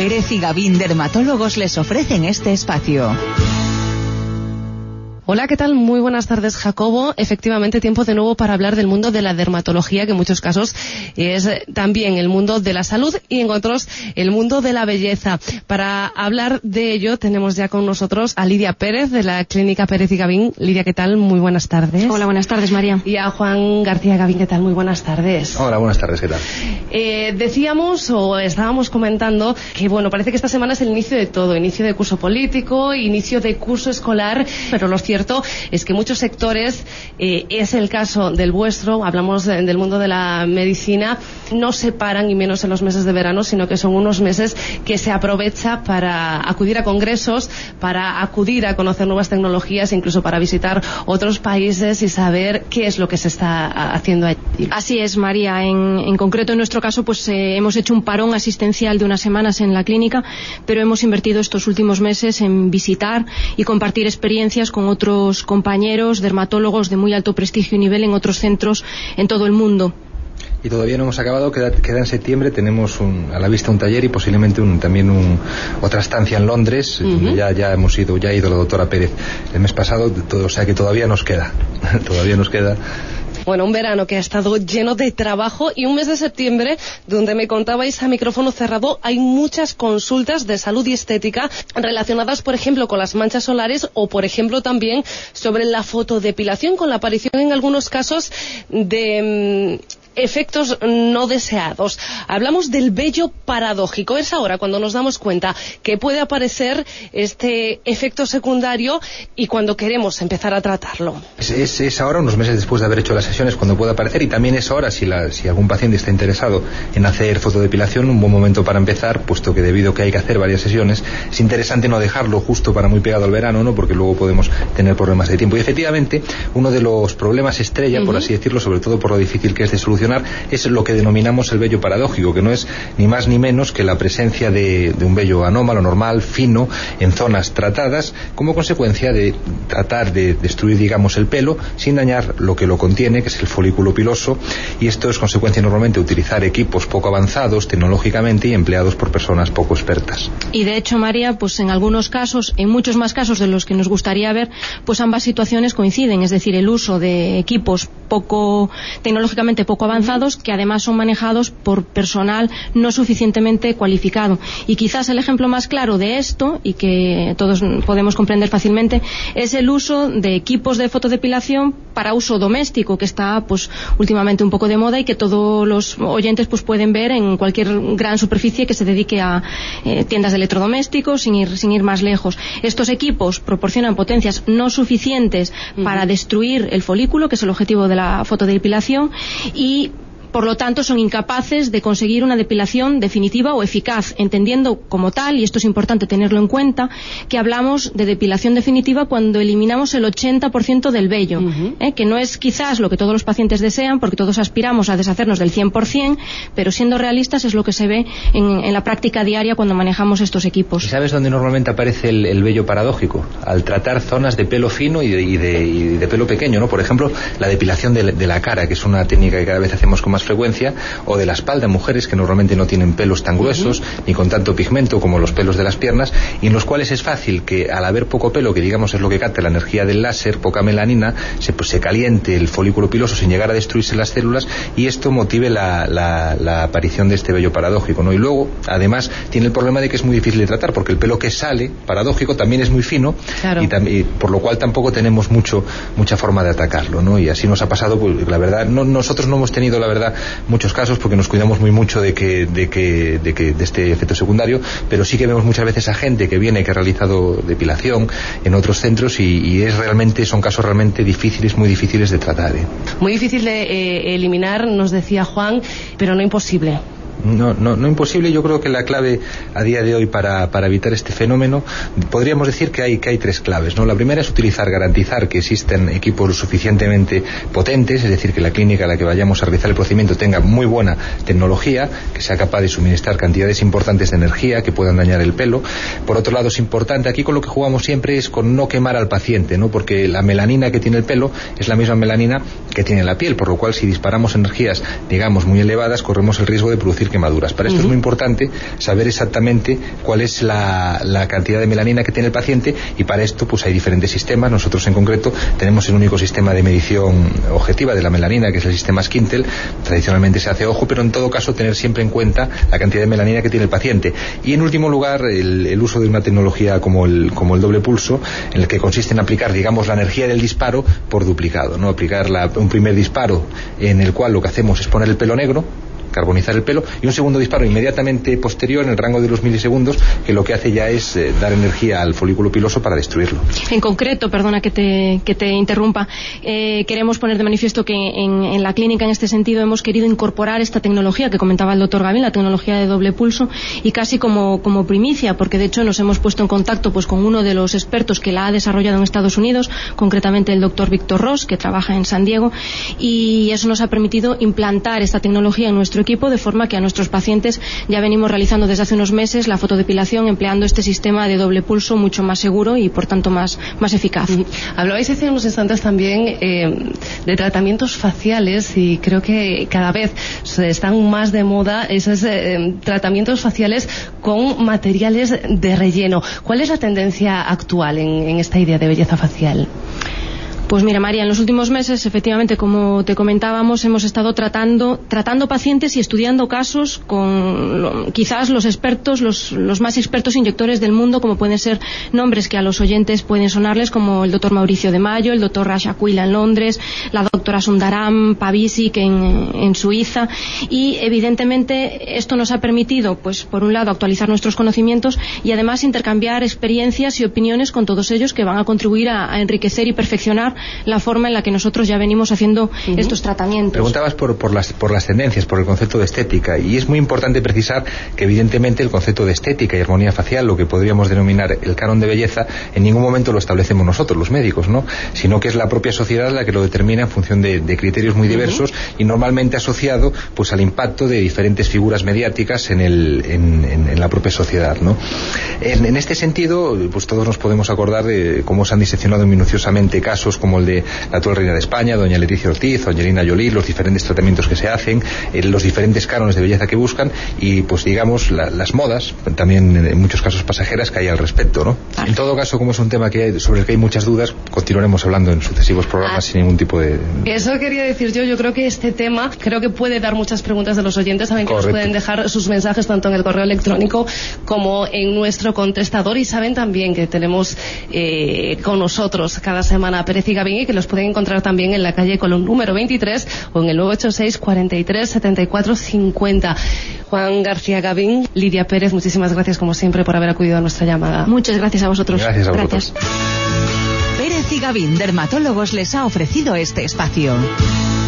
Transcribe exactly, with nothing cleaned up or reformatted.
Pérez y Gavín Dermatólogos les ofrecen este espacio. Hola, ¿qué tal? Muy buenas tardes, Jacobo. Efectivamente, tiempo de nuevo para hablar del mundo de la dermatología, que en muchos casos es también el mundo de la salud y en otros el mundo de la belleza. Para hablar de ello tenemos ya con nosotros a Lidia Pérez de la Clínica Pérez y Gavín. Lidia, ¿qué tal? Muy buenas tardes. Hola, buenas tardes, María. Y a Juan García Gavín, ¿qué tal? Muy buenas tardes. Hola, buenas tardes, ¿qué tal? Eh, decíamos o estábamos comentando que, bueno, parece que esta semana es el inicio de todo, inicio de curso político, inicio de curso escolar, pero lo cierto es que muchos sectores, eh, es el caso del vuestro, hablamos de, del mundo de la medicina, no se paran, y menos en los meses de verano, sino que son unos meses que se aprovecha para acudir a congresos, para acudir a conocer nuevas tecnologías, incluso para visitar otros países y saber qué es lo que se está haciendo allí. Así es, María. En, en concreto, en nuestro caso, pues eh, hemos hecho un parón asistencial de unas semanas en la clínica, pero hemos invertido estos últimos meses en visitar y compartir experiencias con otros compañeros dermatólogos de muy alto prestigio y nivel en otros centros en todo el mundo. Y todavía no hemos acabado, queda, queda en septiembre, tenemos un, a la vista un taller y posiblemente un, también un, otra estancia en Londres, uh-huh. donde ya, ya hemos ido, ya ha ido la doctora Pérez el mes pasado, todo, o sea que todavía nos queda, todavía nos queda. Bueno, un verano que ha estado lleno de trabajo y un mes de septiembre donde me contabais a micrófono cerrado hay muchas consultas de salud y estética relacionadas, por ejemplo, con las manchas solares o, por ejemplo, también sobre la fotodepilación, con la aparición en algunos casos de Mmm, efectos no deseados. Hablamos del vello paradójico. Es ahora cuando nos damos cuenta que puede aparecer este efecto secundario y cuando queremos empezar a tratarlo. Es, es, es ahora, unos meses después de haber hecho las sesiones, cuando puede aparecer, y también es ahora, si, la, si algún paciente está interesado en hacer fotodepilación, un buen momento para empezar, puesto que debido a que hay que hacer varias sesiones, es interesante no dejarlo justo para muy pegado al verano, ¿no? Porque luego podemos tener problemas de tiempo. Y efectivamente, uno de los problemas estrella, uh-huh. por así decirlo, sobre todo por lo difícil que es de solucionar, es lo que denominamos el vello paradójico, que no es ni más ni menos que la presencia de, de un vello anómalo, normal, fino, en zonas tratadas, como consecuencia de tratar de destruir, digamos, el pelo sin dañar lo que lo contiene, que es el folículo piloso, y esto es consecuencia normalmente de utilizar equipos poco avanzados tecnológicamente y empleados por personas poco expertas. Y de hecho, María, pues en algunos casos, en muchos más casos de los que nos gustaría ver, pues ambas situaciones coinciden, es decir, el uso de equipos poco tecnológicamente poco avanzados, que además son manejados por personal no suficientemente cualificado. Y quizás el ejemplo más claro de esto, y que todos podemos comprender fácilmente, es el uso de equipos de fotodepilación para uso doméstico, que está pues últimamente un poco de moda y que todos los oyentes pues pueden ver en cualquier gran superficie que se dedique a eh, tiendas de electrodomésticos, sin ir, sin ir más lejos. Estos equipos proporcionan potencias no suficientes uh-huh. para destruir el folículo, que es el objetivo de la fotodepilación, y por lo tanto son incapaces de conseguir una depilación definitiva o eficaz, entendiendo como tal, y esto es importante tenerlo en cuenta, que hablamos de depilación definitiva cuando eliminamos el ochenta por ciento del vello, uh-huh. ¿eh? que no es quizás lo que todos los pacientes desean, porque todos aspiramos a deshacernos del cien por ciento, pero siendo realistas es lo que se ve en, en la práctica diaria cuando manejamos estos equipos. ¿Y sabes dónde normalmente aparece el, el vello paradójico? Al tratar zonas de pelo fino y de, y de, y de pelo pequeño, ¿no? Por ejemplo, la depilación de, de la cara, que es una técnica que cada vez hacemos con más frecuencia, o de la espalda, mujeres que normalmente no tienen pelos tan gruesos uh-huh. ni con tanto pigmento como los pelos de las piernas, y en los cuales es fácil que al haber poco pelo, que digamos es lo que capta la energía del láser, poca melanina, se, pues, se caliente el folículo piloso sin llegar a destruirse las células, y esto motive la, la, la aparición de este vello paradójico, ¿no? Y luego, además, tiene el problema de que es muy difícil de tratar, porque el pelo que sale paradójico también es muy fino, claro. y, tam- y por lo cual tampoco tenemos mucho mucha forma de atacarlo, ¿no? Y así nos ha pasado, pues la verdad, no, nosotros no hemos tenido, la verdad, muchos casos porque nos cuidamos muy mucho de que, de que, de que de este efecto secundario, pero sí que vemos muchas veces a gente que viene, que ha realizado depilación en otros centros, y, y es realmente, son casos realmente difíciles, muy difíciles de tratar, ¿eh? Muy difícil de eh, eliminar, nos decía Juan, pero no imposible. No, no, no imposible. Yo creo que la clave a día de hoy para, para evitar este fenómeno, podríamos decir que hay, que hay tres claves, ¿no? La primera es utilizar, garantizar que existen equipos lo suficientemente potentes, es decir, que la clínica a la que vayamos a realizar el procedimiento tenga muy buena tecnología, que sea capaz de suministrar cantidades importantes de energía que puedan dañar el pelo. Por otro lado, es importante, aquí con lo que jugamos siempre es con no quemar al paciente, ¿no? Porque la melanina que tiene el pelo es la misma melanina que tiene la piel, por lo cual si disparamos energías, digamos, muy elevadas, corremos el riesgo de producir quemaduras. Para esto uh-huh. es muy importante saber exactamente cuál es la, la cantidad de melanina que tiene el paciente, y para esto pues hay diferentes sistemas. Nosotros en concreto tenemos el único sistema de medición objetiva de la melanina, que es el sistema Skintel. Tradicionalmente se hace a ojo, pero en todo caso tener siempre en cuenta la cantidad de melanina que tiene el paciente. Y en último lugar, el, el uso de una tecnología como el, como el doble pulso, en el que consiste en aplicar, digamos, la energía del disparo por duplicado, ¿no? Aplicar la, un primer disparo en el cual lo que hacemos es poner el pelo negro, carbonizar el pelo, y un segundo disparo inmediatamente posterior, en el rango de los milisegundos, que lo que hace ya es eh, dar energía al folículo piloso para destruirlo. En concreto, perdona que te, que te interrumpa, eh, queremos poner de manifiesto que en, en la clínica, en este sentido, hemos querido incorporar esta tecnología que comentaba el doctor Gavín, la tecnología de doble pulso, y casi como, como primicia, porque de hecho nos hemos puesto en contacto pues con uno de los expertos que la ha desarrollado en Estados Unidos, concretamente el doctor Víctor Ross, que trabaja en San Diego, y eso nos ha permitido implantar esta tecnología en nuestro equipo, de forma que a nuestros pacientes ya venimos realizando desde hace unos meses la fotodepilación empleando este sistema de doble pulso mucho más seguro y por tanto más, más eficaz. Uh-huh. Hablabais hace unos instantes también eh, de tratamientos faciales, y creo que cada vez están más de moda esos eh, tratamientos faciales con materiales de relleno. ¿Cuál es la tendencia actual en, en esta idea de belleza facial? Pues mira, María, en los últimos meses, efectivamente, como te comentábamos, hemos estado tratando tratando pacientes y estudiando casos con lo, quizás los expertos, los, los más expertos inyectores del mundo, como pueden ser nombres que a los oyentes pueden sonarles, como el doctor Mauricio de Mayo, el doctor Rash Aquila en Londres, la doctora Sundaram Pavisic en, en Suiza, y evidentemente esto nos ha permitido, pues por un lado, actualizar nuestros conocimientos y además intercambiar experiencias y opiniones con todos ellos, que van a contribuir a, a enriquecer y perfeccionar la forma en la que nosotros ya venimos haciendo uh-huh. estos tratamientos. Preguntabas por, por, las, por las tendencias, por el concepto de estética, y es muy importante precisar que evidentemente el concepto de estética y armonía facial, lo que podríamos denominar el canon de belleza, en ningún momento lo establecemos nosotros, los médicos, ¿no? Sino que es la propia sociedad la que lo determina en función de, de criterios muy diversos uh-huh. y normalmente asociado pues al impacto de diferentes figuras mediáticas en, el, en, en, en la propia sociedad, ¿no? En, en este sentido, pues todos nos podemos acordar de cómo se han diseccionado minuciosamente casos como el de la actual reina de España, doña Leticia Ortiz, Angelina Jolie, los diferentes tratamientos que se hacen, eh, los diferentes cánones de belleza que buscan, y pues digamos la, las modas, también en muchos casos pasajeras, que hay al respecto, ¿no? Ah. En todo caso, como es un tema que hay, sobre el que hay muchas dudas, continuaremos hablando en sucesivos programas ah. sin ningún tipo de... Eso quería decir yo, yo creo que este tema creo que puede dar muchas preguntas de los oyentes, saben que Correcto. Nos pueden dejar sus mensajes tanto en el correo electrónico como en nuestro contestador, y saben también que tenemos eh, con nosotros cada semana a Pérez y Gavín, y que los pueden encontrar también en la calle Colón número veintitrés o en el nueve ocho seis, cuarenta y tres, setenta y cuatro cincuenta. Juan García Gavín, Lidia Pérez, muchísimas gracias como siempre por haber acudido a nuestra llamada. Muchas gracias a vosotros. Gracias a vosotros. Gracias. Pérez y Gavín, dermatólogos, les ha ofrecido este espacio.